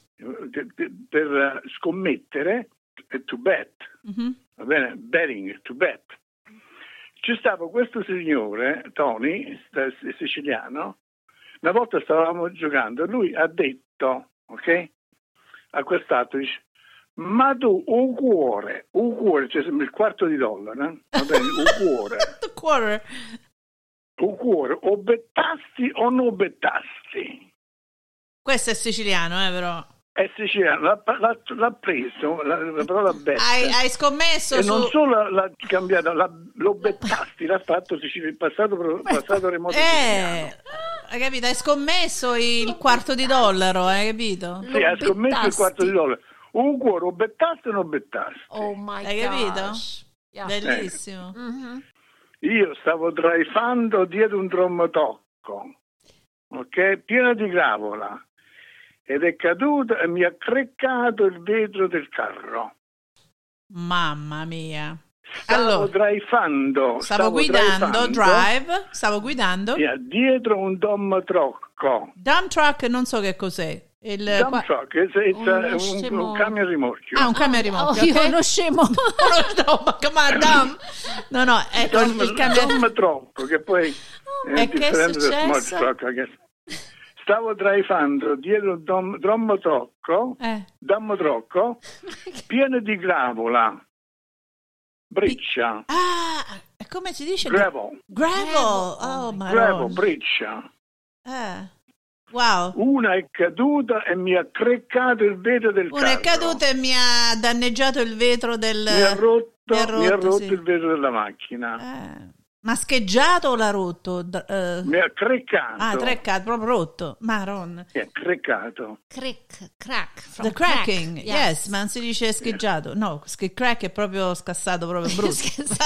per scommettere è to bet, va bene? Betting, to bet. C'è stato questo signore, Tony, siciliano, una volta stavamo giocando e lui ha detto, ok, a quest'altro, dice: ma tu un cuore, cioè il $1/4, va bene, un cuore, o bettasti o non bettasti. Questo è siciliano, però. È siciliano, l'ha preso, la parola betta. Hai scommesso e non solo l'ha cambiato, lo bettasti, l'ha fatto il passato remoto siciliano. Hai capito? Hai scommesso il $1/4, hai capito? Sì, hai scommesso il $1/4. Un cuore, o bettasti o non bettasti. Oh my God. Hai capito? Yeah. Bellissimo. Io stavo drivando dietro un trommotocco, ok? Pieno di gravola. Ed è caduto e mi ha creccato il vetro del carro. Mamma mia. Stavo guidando. Dietro un dump truck. Dump truck non so che cos'è. Dump truck è un camion rimorchio. Un camion rimorchio. Io uno scemo. No, ecco il camion. Dump truck, che poi è differente da smart truck. Stavo drivando dietro un dump truck pieno di gravola, briccia. Come si dice? Gravel. Oh, my Gravel, briccia. Wow. Una è caduta e mi ha creccato il vetro del carro. Una è caduta e mi ha danneggiato il vetro del... Mi ha rotto sì. Il vetro della macchina. Ma scheggiato o l'ha rotto? Mi ha creccato. Creccato, proprio rotto. Maronna. Creccato. Crack. The cracking, yes, ma non si dice scheggiato. No, crack è proprio scassato, proprio brutto.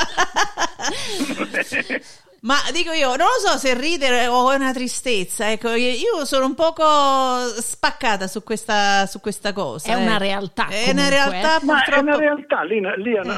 Ma dico io, non lo so se ridere o è una tristezza, ecco, io sono un poco spaccata su questa cosa. È una realtà. È una realtà, purtroppo. Ma è una realtà, Lina,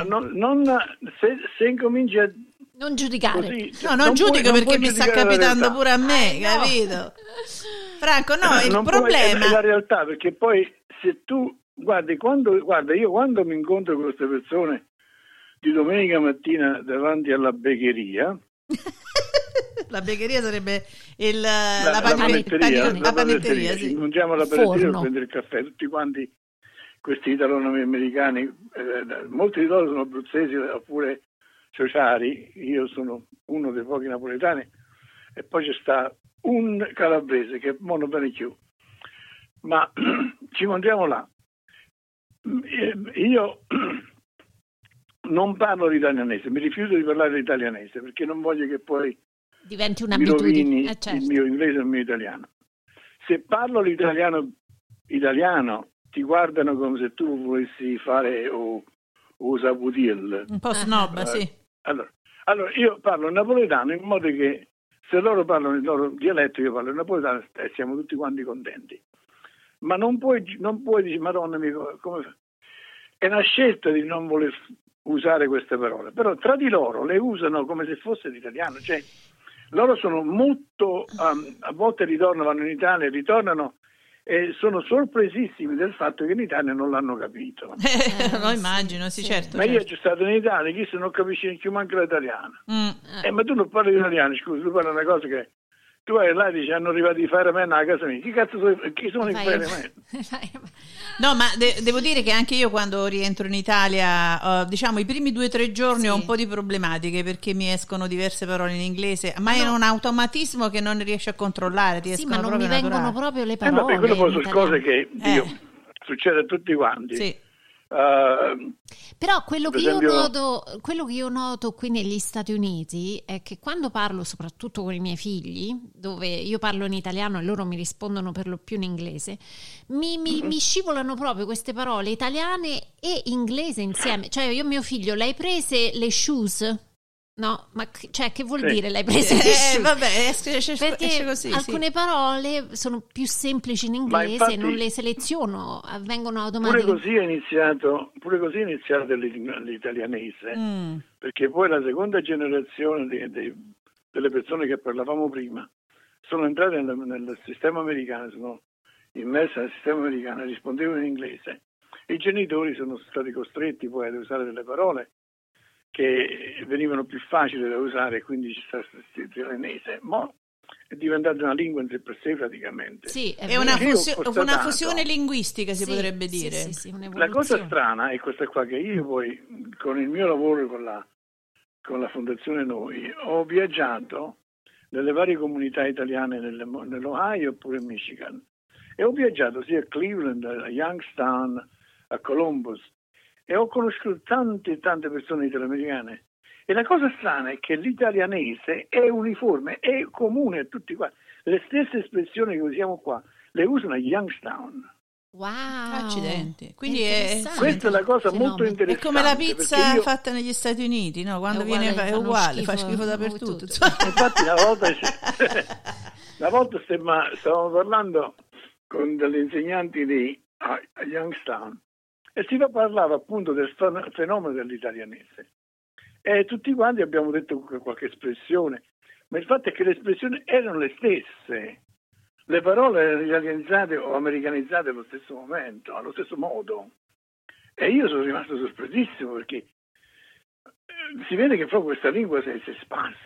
se incominci a non giudicare. Così, non giudico perché mi sta capitando pure a me, capito? Franco, il problema è la realtà, perché poi se tu guarda, io quando mi incontro con queste persone di domenica mattina davanti alla beccheria. La beccheria sarebbe la panetteria, sì. Andiamo alla panetteria a prendere il caffè, tutti quanti questi italo-americani, molti di loro sono abruzzesi oppure sociali, io sono uno dei pochi napoletani, e poi c'è sta un calabrese che non bene più, ma ci incontriamo là. Io non parlo l'italianese, mi rifiuto di parlare l'italianese perché non voglio che poi diventi un'abitudine, certo. Il mio inglese e il mio italiano. Se parlo l'italiano ti guardano come se tu volessi fare o saputil. Un po' snob, sì. Allora io parlo il napoletano in modo che se loro parlano il loro dialetto io parlo il napoletano e siamo tutti quanti contenti. Ma non puoi dire, Madonna mia, come è una scelta di non voler usare queste parole, però tra di loro le usano come se fosse l'italiano, cioè loro sono molto, a volte vanno in Italia, ritornano e sono sorpresissimi del fatto che in Italia non l'hanno capito. Lo immagino, sì, certo. Ma io c'è stato in Italia, chi se non capisce neanche manco l'italiano. Ma tu non parli italiano, scusa, tu parli una cosa che tu vai là e dici hanno arrivato i Fireman a casa mia. Chi sono i Fireman? No, ma devo dire che anche io quando rientro in Italia, diciamo i primi 2 o 3 giorni ho un po' di problematiche perché mi escono diverse parole in inglese, ma è un automatismo che non riesci a controllare. Sì, ma non mi vengono proprio le parole. Quello poi sono cose che succede a tutti quanti. Sì. Però quello che io noto qui negli Stati Uniti è che quando parlo soprattutto con i miei figli, dove io parlo in italiano e loro mi rispondono per lo più in inglese, mi scivolano proprio queste parole italiane e inglese insieme. Cioè io mio figlio, l'hai prese le shoes? No, ma cioè che vuol dire l'hai presa? Vabbè, perché così, alcune parole sono più semplici in inglese, infatti, non le seleziono, avvengono automaticamente. Pure così è iniziato l'italianese, perché poi la seconda generazione delle persone che parlavamo prima sono entrate nel sistema americano, sono immerse nel sistema americano, rispondevano in inglese. I genitori sono stati costretti poi ad usare delle parole che venivano più facili da usare, quindi ci sta l'italianese, ma è diventata una lingua in sé per sé praticamente. Sì, è una fusione linguistica, si potrebbe dire. Sì, la cosa strana è questa qua, che io poi con il mio lavoro con la Fondazione Noi ho viaggiato nelle varie comunità italiane nell'Ohio oppure in Michigan, e ho viaggiato sia a Cleveland, a Youngstown, a Columbus, e ho conosciuto tante persone italoamericane, e la cosa strana è che l'italianese è uniforme, è comune a tutti qua, le stesse espressioni che usiamo qua le usano a Youngstown. Wow, accidenti. Quindi questa è la cosa molto interessante. È come la pizza fatta negli Stati Uniti, no? Quando viene è uguale, fa schifo dappertutto. Infatti una volta stavamo parlando con degli insegnanti a Youngstown e si parlava appunto del fenomeno dell'italianese, e tutti quanti abbiamo detto qualche espressione, ma il fatto è che le espressioni erano le stesse, le parole erano italianizzate o americanizzate allo stesso momento, allo stesso modo, e io sono rimasto sorpresissimo perché si vede che proprio questa lingua si è sparsa,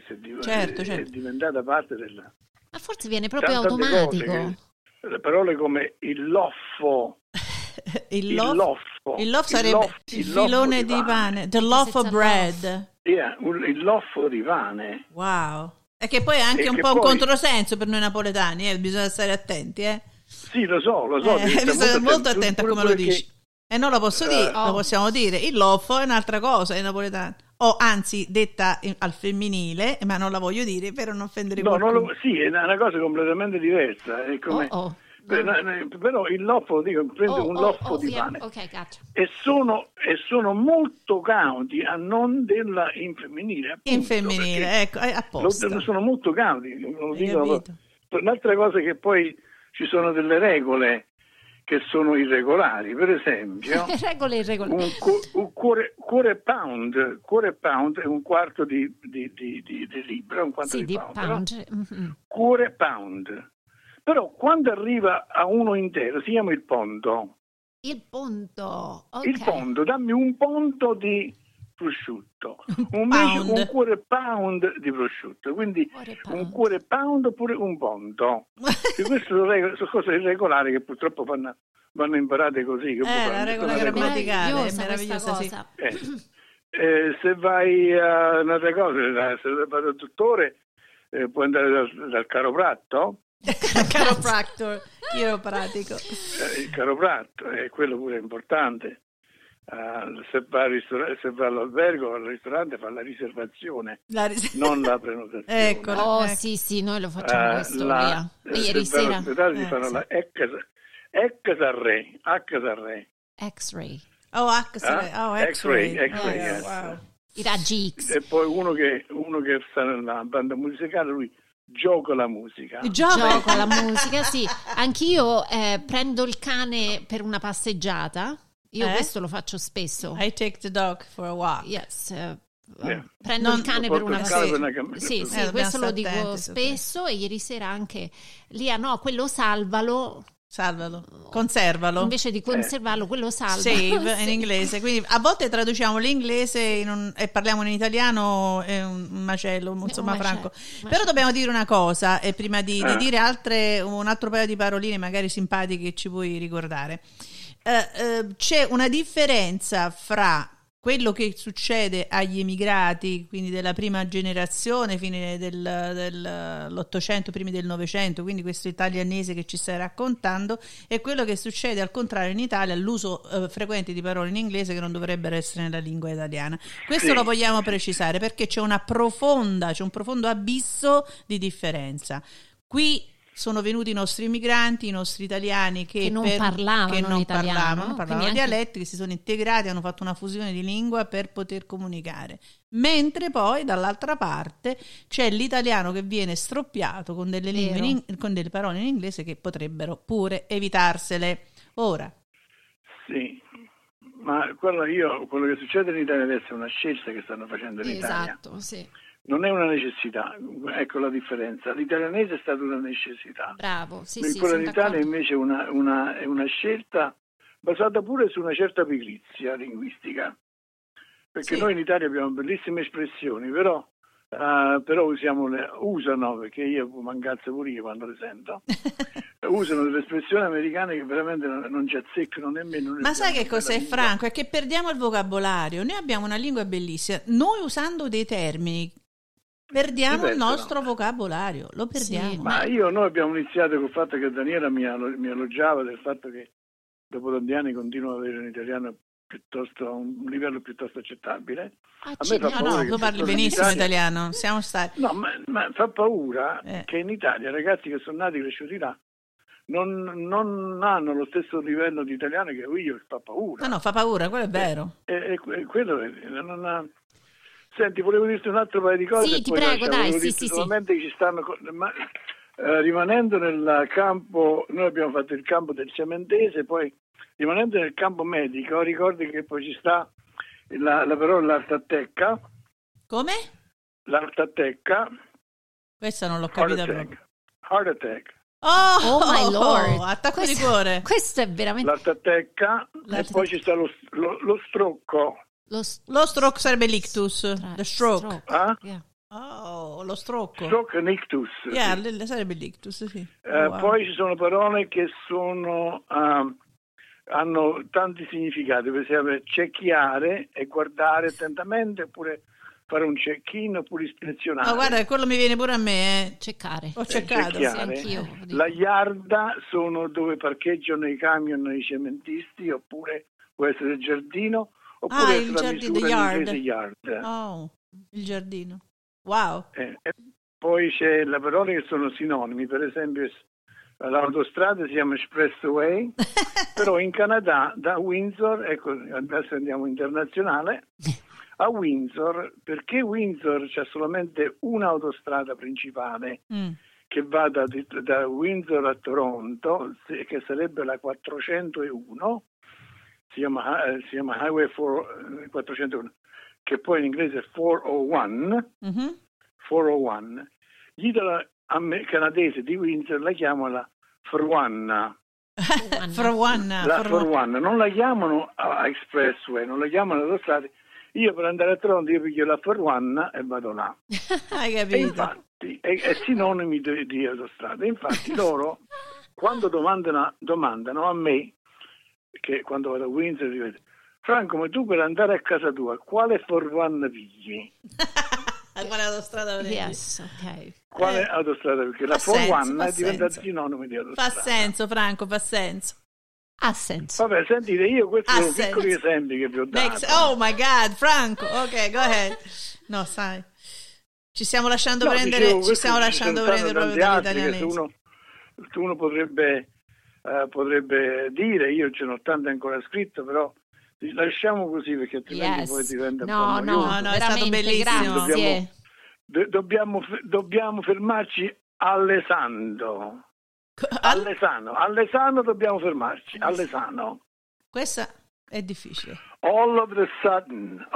è diventata parte della... Ma forse viene proprio automatico. Le parole come il loffo, il loffo sarebbe il filone di pane, the loaf of bread. Il loffo di pane. Wow. E che poi è anche un po' un controsenso per noi napoletani, bisogna stare attenti, Sì, lo so. Bisogna stare molto attenti a come lo dici. E non lo posso dire, lo possiamo dire. Il loffo è un'altra cosa in napoletano. O anzi, detta al femminile, ma non la voglio dire per non offendere qualcuno. Sì, è una cosa completamente diversa. È come... Però il loffo, prendo un loffo di pane, e sono molto cauti a non dirla in femminile. Appunto, in femminile, ecco, apposta. Sono molto cauti. Un'altra cosa, che poi ci sono delle regole che sono irregolari, per esempio regole irregolari. Un quarter pound è un quarto di libra, un quarto di pound, no? Quarter pound. Però quando arriva a uno intero si chiama il ponto. Il ponto, ok. Il ponto, dammi un ponto di prosciutto, un cuore pound di prosciutto, quindi un cuore pound oppure un ponto. Queste sono cose irregolari che purtroppo vanno imparate così. La regola grammaticale è meravigliosa. Sì. Se vai a un'altra cosa, se vai dal dottore, puoi andare dal chiropratico. Chiropratico. Il chiropratico è quello pure importante. Se va all'albergo, al ristorante, fa la riservazione, non la prenotazione. Ecco. Sì, noi lo facciamo questo via. Ieri sera si fanno la X-ray. X-ray. X-ray. Yes. Wow. I raggi X. E poi uno che sta nella banda musicale, lui gioca la musica. Gioca la musica, sì. Anch'io prendo il cane per una passeggiata. Io questo lo faccio spesso. I take the dog for a walk. Yes. Prendo il cane per una passeggiata. Sì, questo lo dico spesso. E ieri sera anche Lia, quello salvalo, conservalo. Invece di conservarlo, quello salva. Save in inglese. Quindi a volte traduciamo l'inglese e parliamo in italiano, è un macello, insomma, Franco. Però dobbiamo dire una cosa, e prima di dire un altro paio di paroline magari simpatiche che ci puoi ricordare. C'è una differenza fra quello che succede agli emigrati, quindi della prima generazione, fine dell'Ottocento, primi del Novecento, quindi questo italianese che ci stai raccontando, e quello che succede al contrario in Italia, l'uso frequente di parole in inglese che non dovrebbero essere nella lingua italiana. Questo lo vogliamo precisare perché c'è un profondo abisso di differenza. Qui sono venuti i nostri immigranti, i nostri italiani che non parlavano dialetti, che si sono integrati, hanno fatto una fusione di lingua per poter comunicare. Mentre poi dall'altra parte c'è l'italiano che viene stroppiato con delle con delle parole in inglese che potrebbero pure evitarsele. Ora. Sì, ma quello che succede in Italia adesso è una scelta che stanno facendo in Italia. Esatto, sì. Non è una necessità, ecco la differenza. L'italianese è stata una necessità. Bravo, sì. Quella in Italia invece è una scelta basata pure su una certa pigrizia linguistica. Perché noi in Italia abbiamo bellissime espressioni, però usano, perché io mancazzo pure io quando le sento, usano delle espressioni americane che veramente non ci azzeccano nemmeno. Ma sai che cos'è, Franco? È che perdiamo il vocabolario. Noi abbiamo una lingua bellissima. Noi usando dei termini perdiamo il nostro vocabolario, lo perdiamo. Sì, noi abbiamo iniziato col fatto che Daniela mi elogiava del fatto che dopo tanti anni continuo ad avere un italiano un livello piuttosto accettabile. A me fa paura tu parli benissimo italiano, siamo stati. No, ma fa paura che in Italia ragazzi che sono nati e cresciuti là non hanno lo stesso livello di italiano che ho io, che fa paura. No, fa paura, quello è vero. Quello non ha... Senti, volevo dirti un altro paio di cose. Sì, ti prego, dai, sì. Solamente che ci stanno... rimanendo nel campo, noi abbiamo fatto il campo del cementese, poi rimanendo nel campo medico, ricordi che poi ci sta la parola l'artatecca. Come? L'artatecca. Questa non l'ho capita proprio. Heart attack. Oh my lord, attacco di cuore. Questo è veramente... L'artatecca e poi ci sta lo strocco. Lo stroke sarebbe l'ictus. The stroke. Yeah. Lo strocco. Stroke and ictus. Sarebbe l'ictus, sì. Poi ci sono parole che hanno tanti significati, per esempio cerchiare e guardare attentamente, oppure fare un check-in, oppure ispezionare. Ma guarda, quello mi viene pure a me, Ceccare. Ho cercato, sì, anch'io. La yarda sono dove parcheggiano i camion i cementisti, oppure può essere il giardino, oppure il giardino, yard. Oh, il giardino. Wow. Poi c'è le parole che sono sinonimi, per esempio l'autostrada si chiama expressway, però in Canada da Windsor, ecco adesso andiamo internazionale, a Windsor, perché Windsor c'è solamente un'autostrada principale che va da Windsor a Toronto, che sarebbe la 401, si chiama Highway 401, che poi in inglese è 401, 401. Gli canadese di Windsor la chiamano la Forwanna. Forwanna. Non la chiamano expressway, non la chiamano autostrada, io per andare a Toronto io piglio la 401 e vado là. Hai capito? E infatti è sinonimi di autostrada. Infatti loro quando domandano a me, che quando vado a Windsor dico, Franco, ma tu per andare a casa tua quale 401 pigli? Quale autostrada prendi? Yes, ok. Quale autostrada? Perché la 401 è diventata sinonimo di autostrada. Fa senso, Franco, fa senso. Ha senso. Vabbè, sentite, io questi sono piccoli esempi che vi ho dato. Oh my God, Franco, ok, go ahead. No, sai, ci stiamo lasciando prendere proprio dall'italianesimo. Uno potrebbe dire, io ce n'ho tante ancora scritte, però lasciamo così perché altrimenti poi diventa un po' noioso. No, è stato bellissimo. Grazie. Dobbiamo fermarci all'esano. All'esano dobbiamo fermarci. All'esano. Questa è difficile. All of the sudden,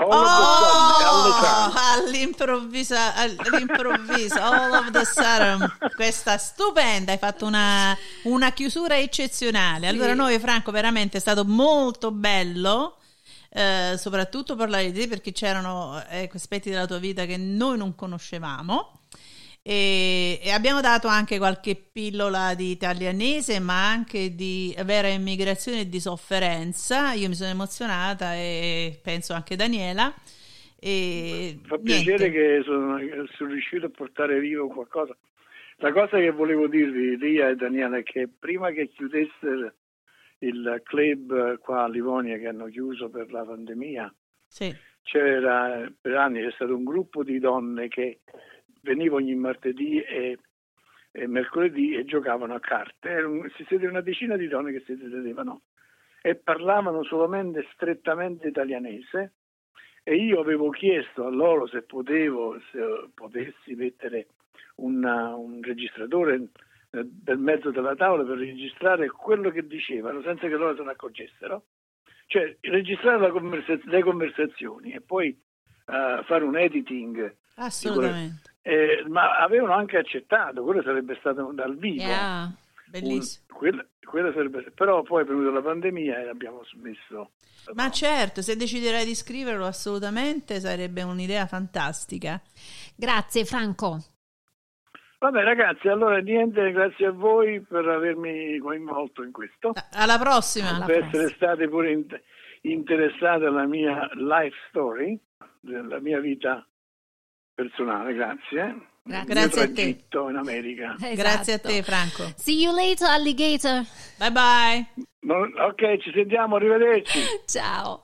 all'improvviso, all of the sudden. Questa stupenda, hai fatto una chiusura eccezionale. Allora noi, Franco, veramente è stato molto bello, soprattutto parlare di te, perché c'erano aspetti della tua vita che noi non conoscevamo. E abbiamo dato anche qualche pillola di italianese, ma anche di vera immigrazione e di sofferenza. Io mi sono emozionata e penso anche Daniela. Fa piacere che sono riuscito a portare vivo qualcosa. La cosa che volevo dirvi, Lia e Daniela, è che prima che chiudesse il club qua a Livonia, che hanno chiuso per la pandemia, c'era per anni c'è stato un gruppo di donne che veniva ogni martedì e mercoledì e giocavano a carte. Si sedeva una decina di donne che si sedevano e parlavano solamente strettamente italianese, e io avevo chiesto a loro se potessi mettere un registratore per mezzo della tavola per registrare quello che dicevano senza che loro se ne accorgessero, cioè registrare le conversazioni e poi fare un editing. Assolutamente. Ma avevano anche accettato, quello sarebbe stato dal vivo. Bellissimo. Quello sarebbe, però poi è venuta la pandemia e abbiamo smesso. Ma certo, se deciderai di scriverlo assolutamente sarebbe un'idea fantastica. Grazie Franco. Vabbè ragazzi, allora niente, grazie a voi per avermi coinvolto in questo. Alla prossima. Per essere state pure interessate alla mia life story, della mia vita personale, grazie. Grazie a te. In America. Esatto. Grazie a te, Franco. See you later, alligator. Bye bye. Ok, ci sentiamo, arrivederci. Ciao.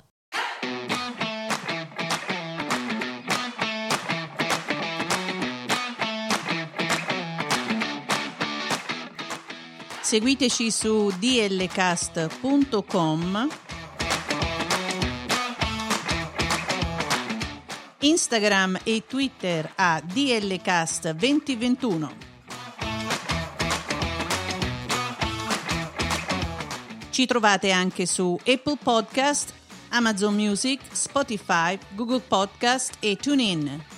Seguiteci su dlcast.com, Instagram e Twitter a dlcast2021. Ci trovate anche su Apple Podcast, Amazon Music, Spotify, Google Podcast e TuneIn.